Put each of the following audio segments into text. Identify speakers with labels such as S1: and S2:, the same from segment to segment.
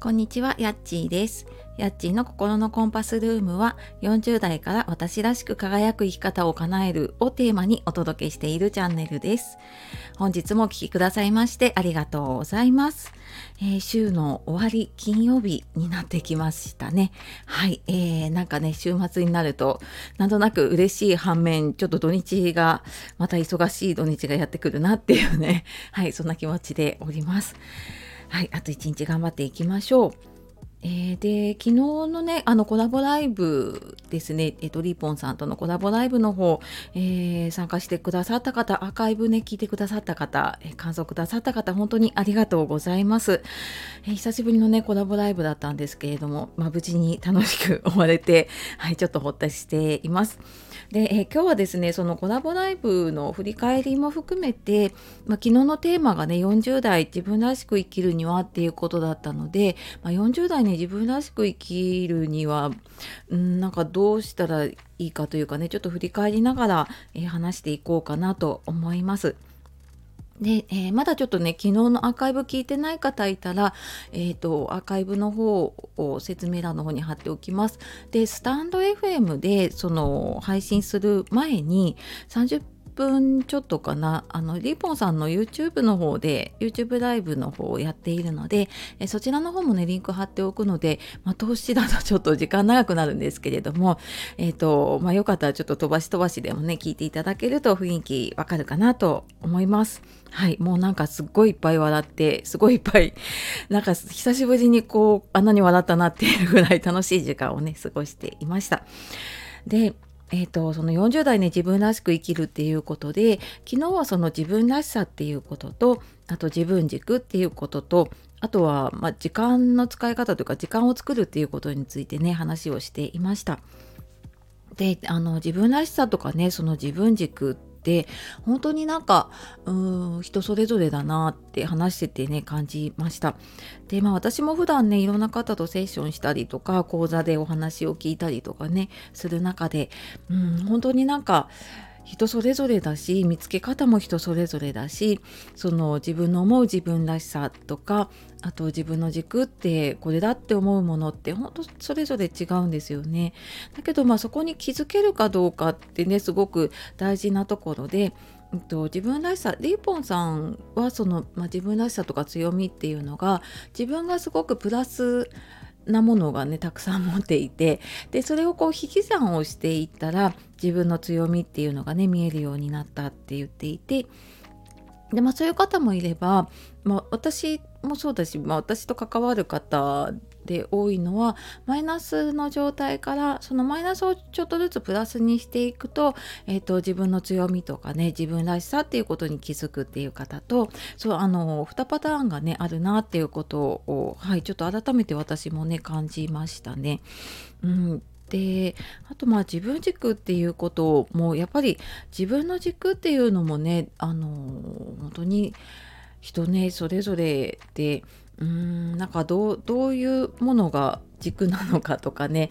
S1: こんにちは、やっちーです。やっちーの心のコンパスルームは40代から私らしく輝く生き方を叶えるをテーマにお届けしているチャンネルです。本日もお聞きくださいましてありがとうございます。週の終わり金曜日になってきましたね。はい、なんかね週末になるとなんとなく嬉しい反面ちょっと土日がまた忙しい土日がやってくるなっていうねはいそんな気持ちでおります。はい、あと1日頑張っていきましょう。で昨日のねコラボライブですね、リーポンさんとのコラボライブの方、参加してくださった方、アーカイブね聞いてくださった方、感想くださった方本当にありがとうございます。久しぶりのねコラボライブだったんですけれども、無事に楽しく終われて、はい、ちょっとほっとしています。で、今日はですねそのコラボライブの振り返りも含めて、昨日のテーマがね40代自分らしく生きるにはっていうことだったので、40代ね自分らしく生きるにはなんかどうしたらいいかというかね、ちょっと振り返りながら、話していこうかなと思います。で、まだちょっとね昨日のアーカイブ聞いてない方いたら、アーカイブの方を説明欄の方に貼っておきます。でスタンド FM でその配信する前に30分ちょっとかな、リーポンさんの YouTube の方で YouTube ライブの方をやっているので、そちらの方もねリンク貼っておくので、投資だとちょっと時間長くなるんですけれども、よかったらちょっと飛ばし飛ばしでもね聞いていただけると雰囲気わかるかなと思います。はい、もうなんかすっごいいっぱい笑って、すごいいっぱいなんか久しぶりにこうあんなに笑ったなっていうぐらい楽しい時間をね過ごしていました。でその40代ね自分らしく生きるっていうことで、昨日はその自分らしさっていうことと、あと自分軸っていうことと、あとは時間の使い方というか時間を作るっていうことについてね話をしていました。で自分らしさとかねその自分軸って本当になんか人それぞれだなって話しててね感じました。で私も普段ねいろんな方とセッションしたりとか講座でお話を聞いたりとかねする中で、本当になんか人それぞれだし、見つけ方も人それぞれだし、その自分の思う自分らしさとか、あと自分の軸ってこれだって思うものって本当それぞれ違うんですよね。だけどそこに気づけるかどうかってねすごく大事なところで、自分らしさ、リーポンさんはその、自分らしさとか強みっていうのが自分がすごくプラスなものがねたくさん持っていて、でそれをこう引き算をしていったら自分の強みっていうのがね見えるようになったって言っていて、でそういう方もいれば、私もそうだし、私と関わる方で多いのはマイナスの状態からそのマイナスをちょっとずつプラスにしていくと、自分の強みとかね自分らしさっていうことに気づくっていう方と、そう2パターンがねあるなっていうことを、はい、ちょっと改めて私もね感じましたね。であと自分軸っていうこともやっぱり自分の軸っていうのもね本当に人ねそれぞれでなんかどういうものが軸なのかとかね、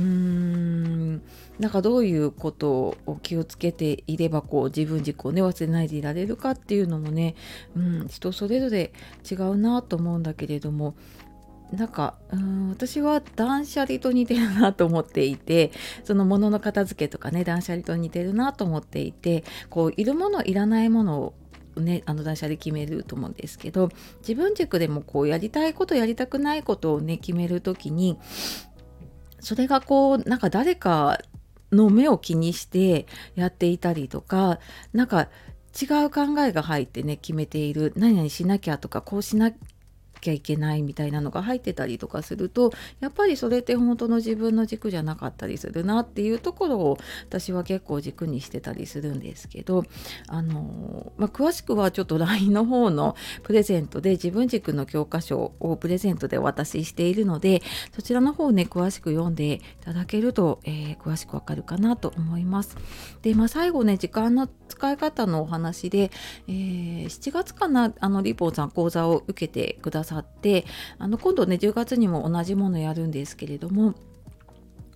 S1: なんかどういうことを気をつけていればこう自分軸をね忘れないでいられるかっていうのもね、人それぞれ違うなと思うんだけれども、なんか私は断捨離と似てるなと思っていて、その物の片付けとかね断捨離と似てるなと思っていて、こういるものいらないものをね断捨離決めると思うんですけど、自分軸でもこうやりたいことやりたくないことをね決めるときに、それがこうなんか誰かの目を気にしてやっていたりとか、なんか違う考えが入ってね決めている、何々しなきゃとかこうしなきゃいけないみたいなのが入ってたりとかすると、やっぱりそれって本当の自分の軸じゃなかったりするなっていうところを私は結構軸にしてたりするんですけど、詳しくはちょっと LINE の方のプレゼントで自分軸の教科書をプレゼントでお渡ししているので、そちらの方をね詳しく読んでいただけると、詳しくわかるかなと思います。で最後ね時間の使い方のお話で、7月かなリポンさん講座を受けてくださって、今度ね10月にも同じものやるんですけれども、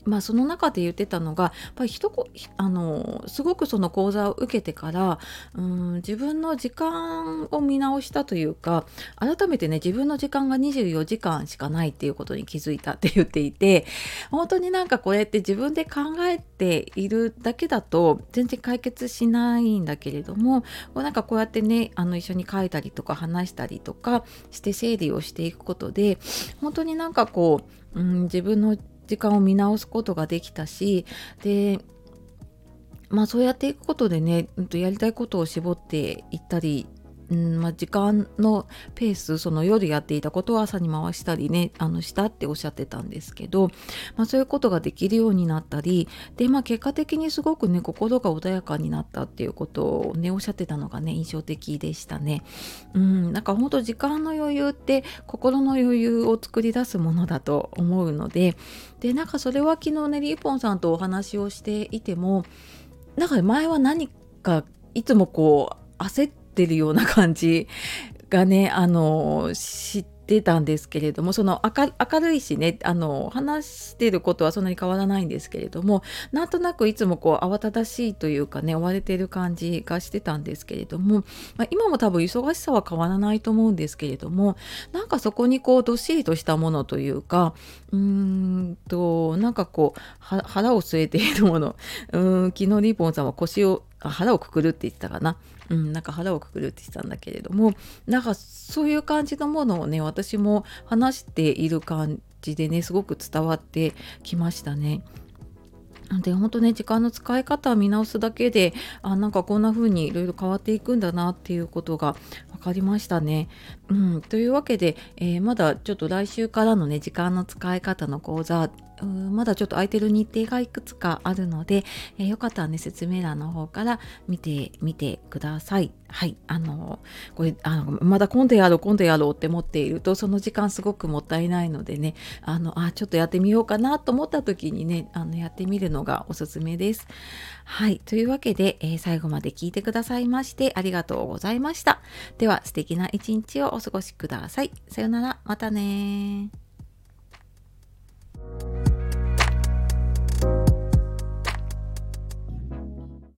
S1: その中で言ってたのが、やっぱりすごくその講座を受けてから、自分の時間を見直したというか、改めてね、自分の時間が24時間しかないっていうことに気づいたって言っていて、本当になんかこれって自分で考えているだけだと全然解決しないんだけれども、なんかこうやってね、一緒に書いたりとか話したりとかして整理をしていくことで、本当になんかこう、自分の時間を見直すことができたし、で、そうやっていくことでね、やりたいことを絞っていったり、時間のペース、その夜やっていたことを朝に回したりね、したっておっしゃってたんですけど、そういうことができるようになったり、で、結果的にすごくね、心が穏やかになったっていうことをね、おっしゃってたのがね、印象的でしたね。なんか本当時間の余裕って心の余裕を作り出すものだと思うので、なんかそれは昨日ね、リーポンさんとお話をしていても、なんか前は何かいつもこう焦ってるような感じがね、知ってたんですけれども、その明るいしね、話してることはそんなに変わらないんですけれども、なんとなくいつもこう慌ただしいというかね、追われてる感じがしてたんですけれども、今も多分忙しさは変わらないと思うんですけれども、なんかそこにこうどっしりとしたものというか、なんかこう腹を据えているもの、昨日リーポンさんは腹をくくるって言ってたかな。なんか腹をくくるって言ってたんだけれども、なんかそういう感じのものをね、私も話している感じでね、すごく伝わってきましたね。で、本当ね、時間の使い方を見直すだけで、なんかこんな風にいろいろ変わっていくんだなっていうことが分かりましたね。というわけで、まだちょっと来週からのね、時間の使い方の講座、まだちょっと空いてる日程がいくつかあるので、よかったらね、説明欄の方から見てみてください。はい。これ、まだ今度やろうって思っていると、その時間すごくもったいないのでね、ちょっとやってみようかなと思った時にね、やってみるのがおすすめです。はい。というわけで、最後まで聞いてくださいましてありがとうございました。では、素敵な一日をお過ごしください。さよなら。またね。